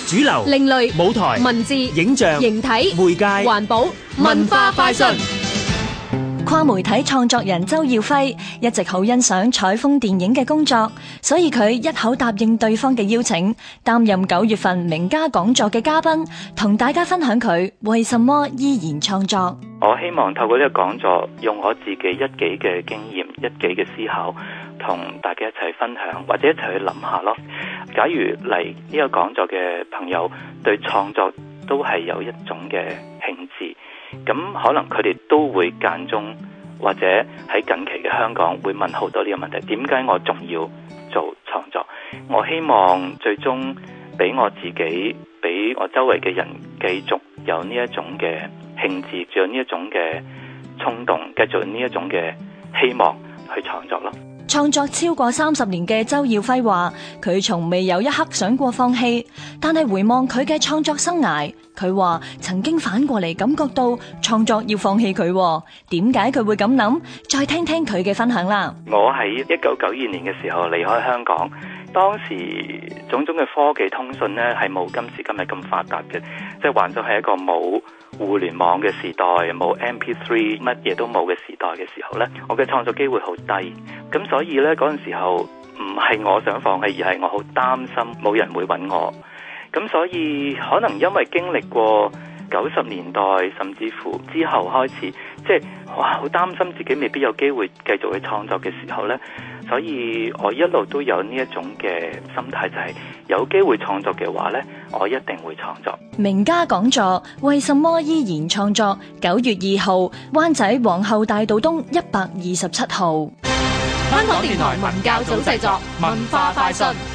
主流、 另類、 舞台、 文字、 影像、 形體、 媒介、 環保、文化快訊。 跨媒體創作人周耀輝一直好欣賞採風電影嘅工作，所以佢一口答應對方嘅邀請，擔任9月份名家講座嘅嘉賓，同大家分享佢為什麼依然創作。 我希望透過呢個講座，用我自己一己嘅經驗、一己嘅思考，同大家一齊分享，或者一齊去諗下咯。假如嚟呢個講座嘅朋友對創作都係有一種嘅興致，咁可能佢哋都會間中或者喺近期嘅香港會問好多呢個問題：點解我仲要做創作？我希望最終俾我自己、俾我周圍嘅人繼續有呢一種嘅興致，仲有呢一種嘅衝動，繼續呢一種嘅希望去創作咯。 創作超過30年嘅周耀輝話，佢從未有一刻想過放棄，但係回望佢嘅創作生涯，佢話曾經反過嚟感覺到創作要放棄佢。點解佢會咁諗？再聽聽佢嘅分享啦。 我喺1992年嘅時候離開香港，當時種種嘅科技通訊呢係冇今時今日咁發達嘅，即係還咗係一個冇互聯網嘅時代，冇 MP3 乜嘢都冇嘅時代嘅時候呢，我嘅創作機會好低，咁所以呢，嗰陣時候唔係我想放棄，而係我好擔心冇人會揾我，咁所以可能因為經歷過90年代甚至乎之後開始，即係好擔心自己未必有機會繼續去創作嘅時候呢，所以我一路都有呢一種嘅心態，就係有機會創作嘅話呢，我一定會創作。 名家講座為什麼依然創作？9月2號，灣仔皇后大道東127號。 香港電台文教組製作，文化快訊。